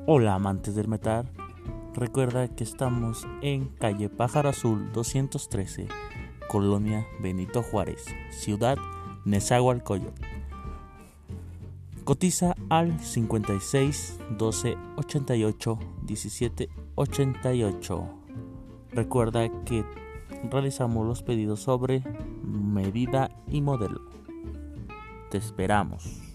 Hola amantes del metal, recuerda que estamos en calle Pájaro Azul 213, Colonia Benito Juárez, Ciudad Nezahualcóyotl. Cotiza al 56 12 88 17 88. Recuerda que realizamos los pedidos sobre medida y modelo. Te esperamos.